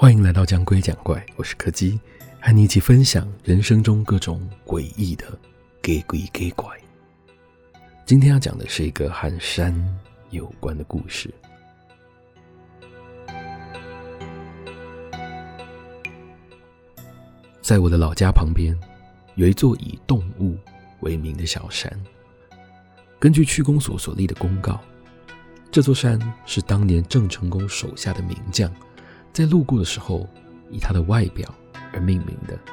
欢迎来到讲鬼讲怪，我是柯基，和你一起分享人生中各种诡异的给鬼给怪。今天要讲的是一个和山有关的故事。在我的老家旁边，有一座以动物为名的小山。根据区公所所立的公告，这座山是当年郑成功手下的名将在路过的时候以他的外表而命名的。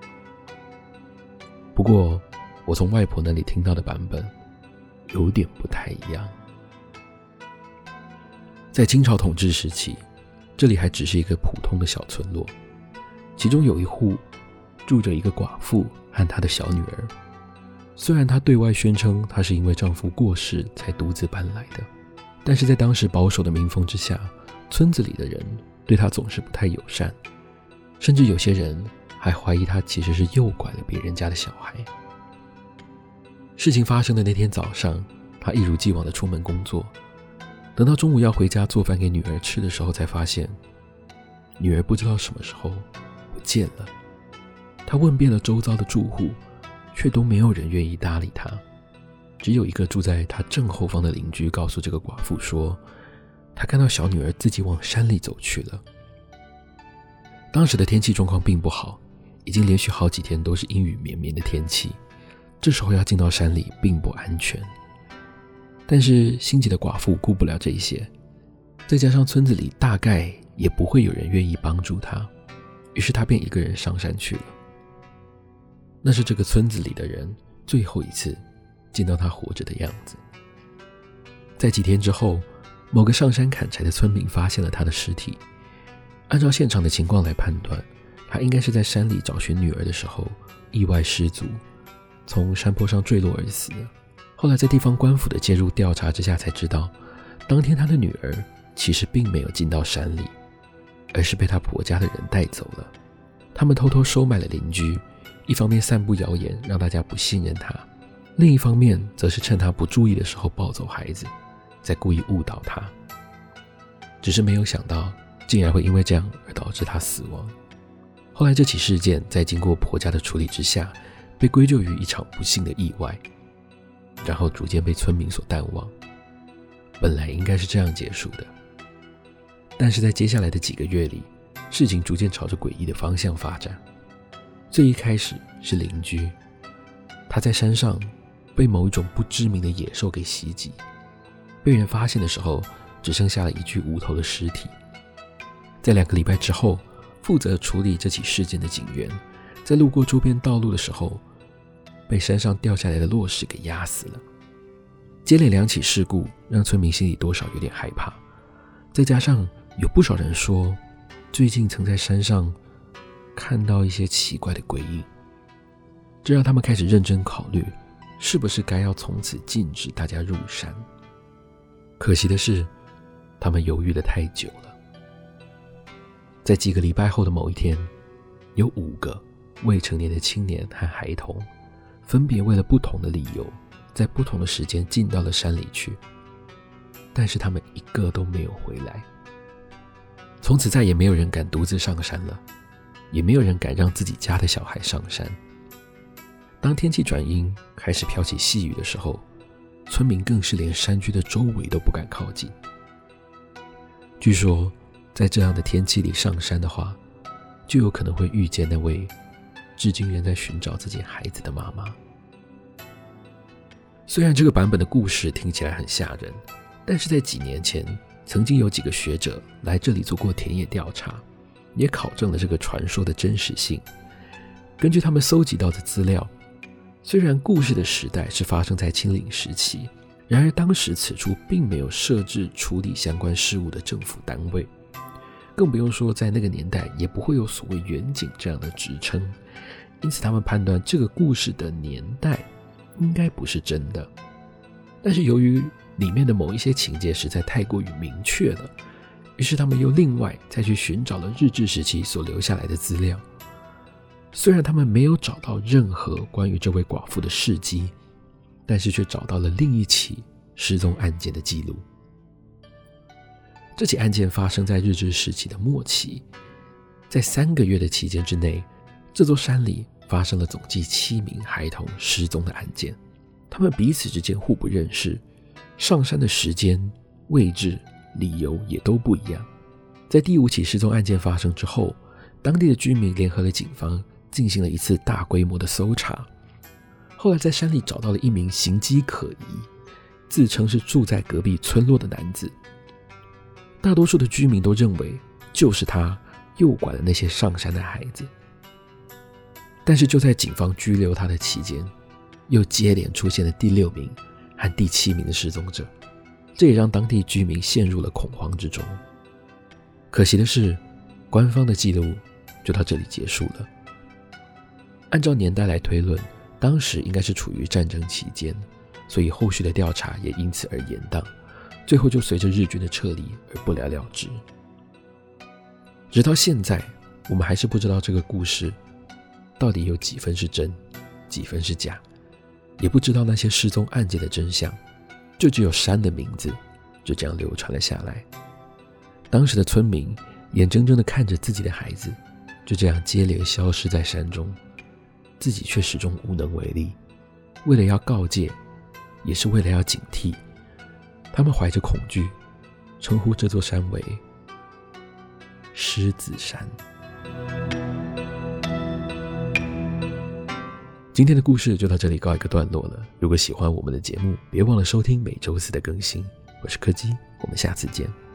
不过我从外婆那里听到的版本有点不太一样。在清朝统治时期，这里还只是一个普通的小村落，其中有一户住着一个寡妇和她的小女儿。虽然她对外宣称她是因为丈夫过世才独自搬来的，但是在当时保守的民风之下，村子里的人对她总是不太友善，甚至有些人还怀疑她其实是诱拐了别人家的小孩。事情发生的那天早上，她一如既往地出门工作，等到中午要回家做饭给女儿吃的时候，才发现女儿不知道什么时候不见了。她问遍了周遭的住户，却都没有人愿意搭理她。只有一个住在她正后方的邻居告诉这个寡妇说，他看到小女儿自己往山里走去了。当时的天气状况并不好，已经连续好几天都是阴雨绵绵的天气，这时候要进到山里并不安全。但是心急的寡妇顾不了这一些，再加上村子里大概也不会有人愿意帮助她，于是她便一个人上山去了。那是这个村子里的人最后一次见到她活着的样子。在几天之后，某个上山砍柴的村民发现了他的尸体。按照现场的情况来判断，他应该是在山里找寻女儿的时候意外失足，从山坡上坠落而死的。后来在地方官府的介入调查之下才知道，当天他的女儿其实并没有进到山里，而是被他婆家的人带走了。他们偷偷收买了邻居，一方面散布谣言让大家不信任他，另一方面则是趁他不注意的时候抱走孩子，再故意误导他。只是没有想到竟然会因为这样而导致他死亡。后来这起事件在经过婆家的处理之下，被归咎于一场不幸的意外，然后逐渐被村民所淡忘。本来应该是这样结束的，但是在接下来的几个月里，事情逐渐朝着诡异的方向发展。最一开始是邻居，他在山上被某一种不知名的野兽给袭击，被人发现的时候只剩下了一具无头的尸体。在2个礼拜之后，负责处理这起事件的警员在路过周边道路的时候，被山上掉下来的落石给压死了。接连2起事故让村民心里多少有点害怕，再加上有不少人说最近曾在山上看到一些奇怪的鬼影，这让他们开始认真考虑是不是该要从此禁止大家入山。可惜的是，他们犹豫得太久了。在几个礼拜后的某一天，有5个未成年的青年和孩童分别为了不同的理由在不同的时间进到了山里去，但是他们一个都没有回来。从此再也没有人敢独自上山了，也没有人敢让自己家的小孩上山。当天气转阴，开始飘起细雨的时候，村民更是连山区的周围都不敢靠近。据说在这样的天气里上山的话，就有可能会遇见那位至今仍在寻找自己孩子的妈妈。虽然这个版本的故事听起来很吓人，但是在几年前曾经有几个学者来这里做过田野调查，也考证了这个传说的真实性。根据他们搜集到的资料，虽然故事的时代是发生在清领时期，然而当时此处并没有设置处理相关事务的政府单位，更不用说在那个年代也不会有所谓远景这样的职称，因此他们判断这个故事的年代应该不是真的。但是由于里面的某一些情节实在太过于明确了，于是他们又另外再去寻找了日治时期所留下来的资料。虽然他们没有找到任何关于这位寡妇的事迹，但是却找到了另一起失踪案件的记录。这起案件发生在日治时期的末期， 在3个月的期间之内，这座山里发生了总计7名孩童失踪的案件，他们彼此之间互不认识，上山的时间、位置、理由也都不一样。在第5起失踪案件发生之后，当地的居民联合了警方进行了一次大规模的搜查。后来在山里找到了一名形迹可疑、自称是住在隔壁村落的男子。大多数的居民都认为就是他诱拐了那些上山的孩子。但是就在警方拘留他的期间，又接连出现了第6名和第7名的失踪者，这也让当地居民陷入了恐慌之中。可惜的是，官方的记录就到这里结束了。按照年代来推论，当时应该是处于战争期间，所以后续的调查也因此而延宕，最后就随着日军的撤离而不了了之。直到现在，我们还是不知道这个故事到底有几分是真，几分是假，也不知道那些失踪案件的真相，就只有山的名字就这样流传了下来。当时的村民眼睁睁地看着自己的孩子就这样接连消失在山中，自己却始终无能为力。为了要告诫，也是为了要警惕，他们怀着恐惧，称呼这座山为狮子山。今天的故事就到这里告一个段落了。如果喜欢我们的节目，别忘了收听每周4的更新。我是柯基，我们下次见。